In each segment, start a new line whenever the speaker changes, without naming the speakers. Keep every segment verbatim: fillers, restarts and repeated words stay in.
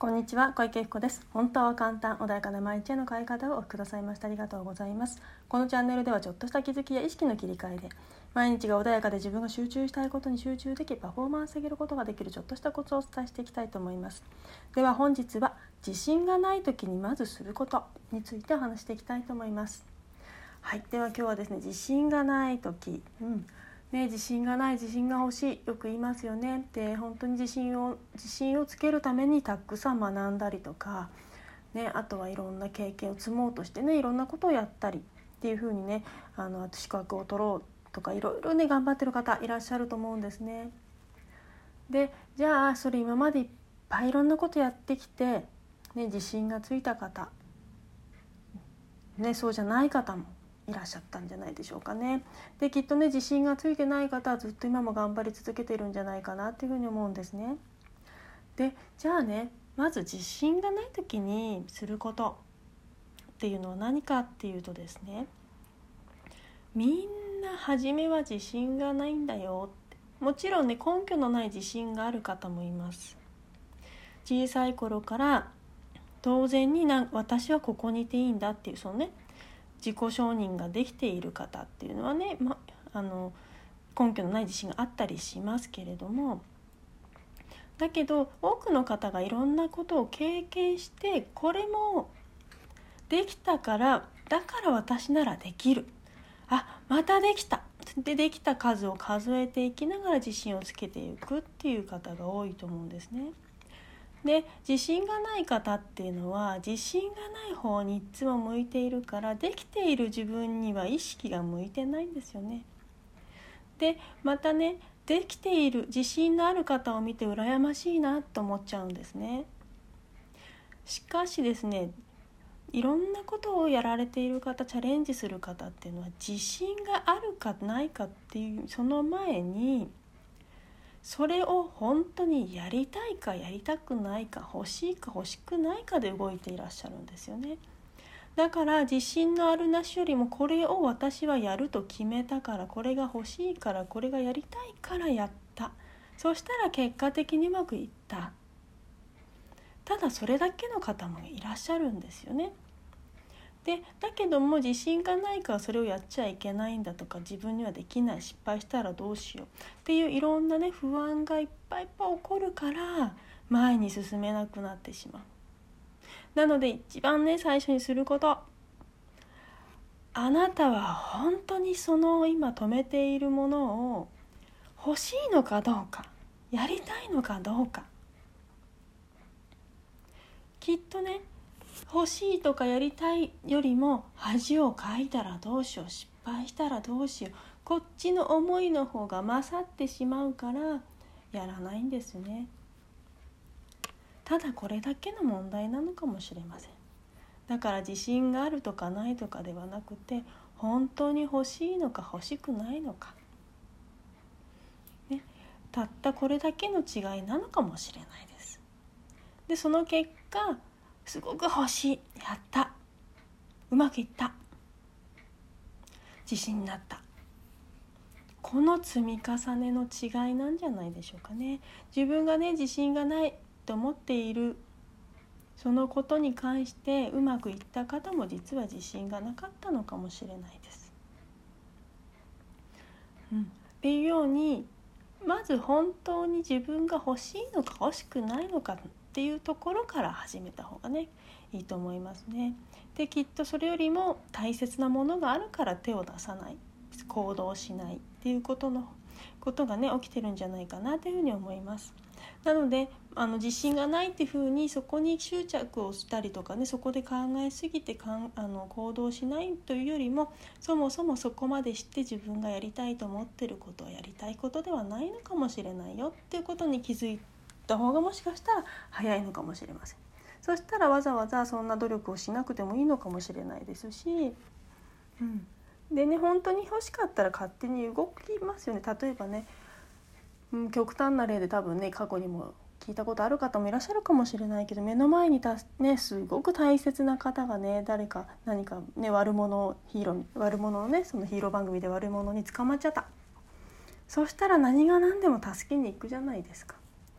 こんにちは、小池福子です。本当は簡単、穏やかな毎日への変え方をお聞きくださいましてありがとうございます。このチャンネルではちょっとした気づきや意識の切り替えで毎日が穏やかで自分が集中したいことに集中できパフォーマンス上げることができるちょっとしたコツをお伝えしていきたいと思います。では本日は自信がない時にまずすることについてお話していきたいと思います。はい、では今日はですね、自信がない時、うんね、自信がない自信が欲しいよく言いますよね。で本当に自信を自信をつけるためにたくさん学んだりとか、ね、あとはいろんな経験を積もうとしてね、いろんなことをやったりっていう風にね、あの資格を取ろうとかいろいろね頑張ってる方いらっしゃると思うんですね。でじゃあそれ今までいっぱいいろんなことやってきて、ね、自信がついた方、ね、そうじゃない方もいらっしゃったんじゃないでしょうかね。できっとね自信がついてない方はずっと今も頑張り続けているんじゃないかなっていうふうに思うんですね。でじゃあね、まず自信がない時にすることっていうのは何かっていうとですね、みんな初めは自信がないんだよって。もちろんね根拠のない自信がある方もいます。小さい頃から当然にな私はここにいていいんだっていうそのね自己承認ができている方っていうのはね、ま、あの根拠のない自信があったりしますけれども、だけど多くの方がいろんなことを経験して、これもできたからだから私ならできる、あまたできたでできた数を数えていきながら自信をつけていくっていう方が多いと思うんですね。で自信がない方っていうのは自信がない方にいつも向いているから、できている自分には意識が向いてないんですよね。でまたね、できている自信のある方を見て羨ましいなと思っちゃうんですね。しかしですね、いろんなことをやられている方、チャレンジする方っていうのは自信があるかないかっていうその前に、それを本当にやりたいかやりたくないか、欲しいか欲しくないかで動いていらっしゃるんですよね。だから自信のあるなしよりも、これを私はやると決めたから、これが欲しいから、これがやりたいからやった、そしたら結果的にうまくいった、ただそれだけの方もいらっしゃるんですよね。でだけども自信がないからそれをやっちゃいけないんだとか、自分にはできない、失敗したらどうしようっていういろんなね不安がいっぱいいっぱい起こるから前に進めなくなってしまう。なので一番ね最初にすること、あなたは本当にその今止めているものを欲しいのかどうか、やりたいのかどうか。きっとね欲しいとかやりたいよりも、恥をかいたらどうしよう、失敗したらどうしよう、こっちの思いの方が勝ってしまうからやらないんですね。ただこれだけの問題なのかもしれません。だから自信があるとかないとかではなくて、本当に欲しいのか欲しくないのか、ね、たったこれだけの違いなのかもしれないです。でその結果、すごく欲しい、やった、うまくいった、自信になった、この積み重ねの違いなんじゃないでしょうかね。自分がね自信がないと思っているそのことに関してうまくいった方も実は自信がなかったのかもしれないです、うん、っていうように、まず本当に自分が欲しいのか欲しくないのかっていうところから始めた方がねいいと思いますね。できっとそれよりも大切なものがあるから手を出さない、行動しないっていうことのことがね起きてるんじゃないかなというふうに思います。なのであの自信がないっていうふうにそこに執着をしたりとかね、そこで考えすぎてかんあの行動しないというよりも、そもそもそこまでして自分がやりたいと思ってることはやりたいことではないのかもしれないよっていうことに気づいた方がもしかしたら早いのかもしれません。そしたらわざわざそんな努力をしなくてもいいのかもしれないですし、うん、でね本当に欲しかったら勝手に動きますよね。例えばね、うん、極端な例で多分ね過去にも聞いたことある方もいらっしゃるかもしれないけど、目の前にた、ね、すごく大切な方がね、誰か何か、ね、悪者ヒーロー悪者のねそのヒーロー番組で悪者に捕まっちゃった。そしたら何が何でも助けに行くじゃないですか。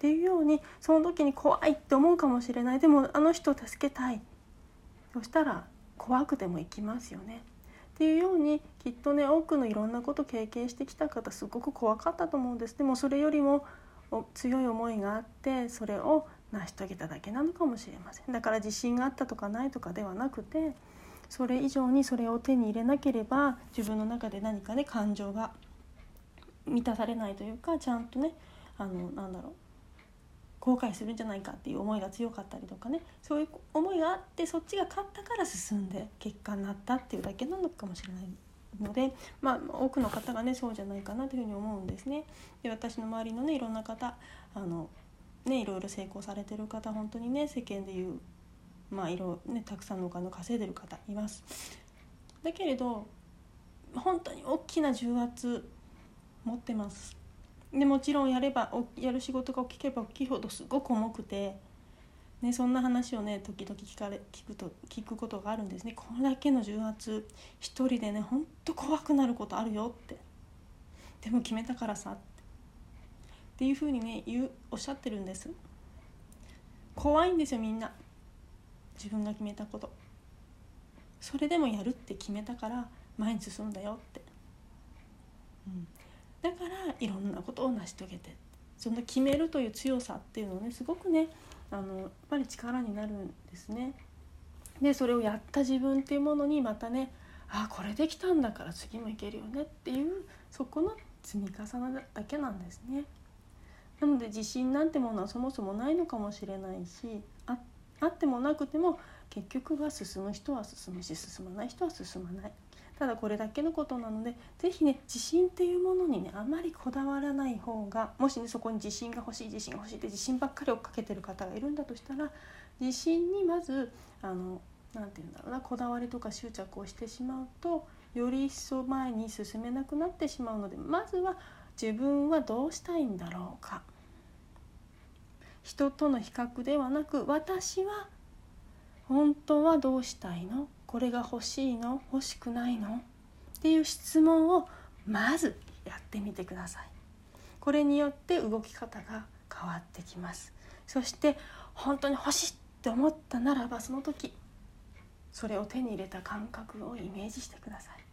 っていうように、その時に怖いって思うかもしれない。でもあの人を助けたい。そしたら怖くても行きますよね。っていうように、きっとね、多くのいろんなことを経験してきた方、すごく怖かったと思うんです。でもそれよりも強い思いがあって、それを成し遂げただけなのかもしれません。だから自信があったとかないとかではなくて、それ以上にそれを手に入れなければ、自分の中で何かね、感情が満たされないというか、ちゃんとね、あのなんだろう後悔するんじゃないかっていう思いが強かったりとかね、そういう思いがあって、そっちが勝ったから進んで結果になったっていうだけなのかもしれないので、まあ多くの方がねそうじゃないかなというふうに思うんですね。で、私の周りのねいろんな方、あのねいろいろ成功されてる方、本当にね世間でいうまあいろねたくさんのお金を稼いでる方います。だけれど本当に大きな重圧持ってます。でもちろんやればやる仕事が大きければ大きいほどすごく重くて、ね、そんな話をね時々聞かれ聞くと聞くことがあるんですね。これだけの重圧一人でね本当怖くなることあるよって、でも決めたからさってっていうふうにね言うおっしゃってるんです。怖いんですよ、みんな。自分が決めたこと、それでもやるって決めたから前に進んだよって、うん、だからいろんなことを成し遂げて、その決めるという強さっていうのをねすごくねあのやっぱり力になるんですね。でそれをやった自分っていうものにまたね、あこれできたんだから次もいけるよねっていう、そこの積み重ねだけなんですね。なので自信なんてものはそもそもないのかもしれないし、 あ, あってもなくても結局は進む人は進むし、進まない人は進まない。ただこれだけのことなので、ぜひね自信っていうものにねあまりこだわらない方が、もしねそこに自信が欲しい自信が欲しいって自信ばっかり追っかけてる方がいるんだとしたら、自信にまずあのなんていうんだろうな、こだわりとか執着をしてしまうと、より一層前に進めなくなってしまうので、まずは自分はどうしたいんだろうか、人との比較ではなく、私は本当はどうしたいの、これが欲しいの欲しくないのっていう質問をまずやってみてください。これによって動き方が変わってきます。そして本当に欲しいって思ったならば、その時それを手に入れた感覚をイメージしてください。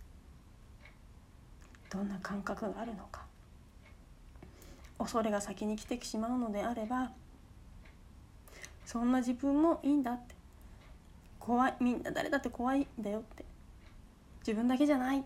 どんな感覚があるのか。恐れが先に来てしまうのであれば、そんな自分もいいんだって、怖い、みんな誰だって怖いんだよって、自分だけじゃないって、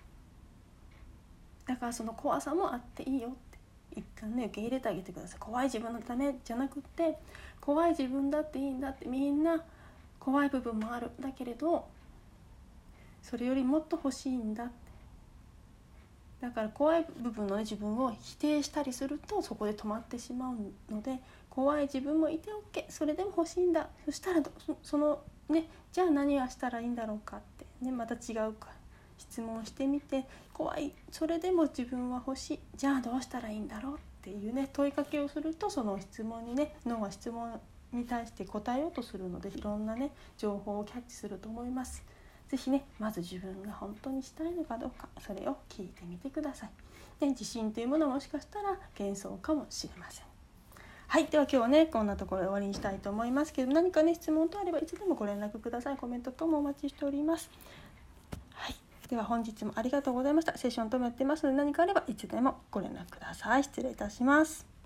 だからその怖さもあっていいよって一旦ね受け入れてあげてください。怖い自分のためじゃなくって、怖い自分だっていいんだって、みんな怖い部分もある、だけれどそれよりもっと欲しいんだって。だから怖い部分の、ね、自分を否定したりするとそこで止まってしまうので、怖い自分もいて OK、 それでも欲しいんだ。そしたら そ, そのねじゃあ何をしたらいいんだろうかってね、また違うか質問してみて、怖い、それでも自分は欲しい、じゃあどうしたらいいんだろうっていうね問いかけをすると、その質問にね、脳は質問に対して答えようとするので、いろんなね情報をキャッチすると思います。ぜひねまず自分が本当にしたいのかどうか、それを聞いてみてください。で自信というものはもしかしたら幻想かもしれません。はい、では今日はねこんなところで終わりにしたいと思いますけど、何かね質問等あればいつでもご連絡ください。コメント等もお待ちしております。はい、では本日もありがとうございました。セッションともやってますので、何かあればいつでもご連絡ください。失礼いたします。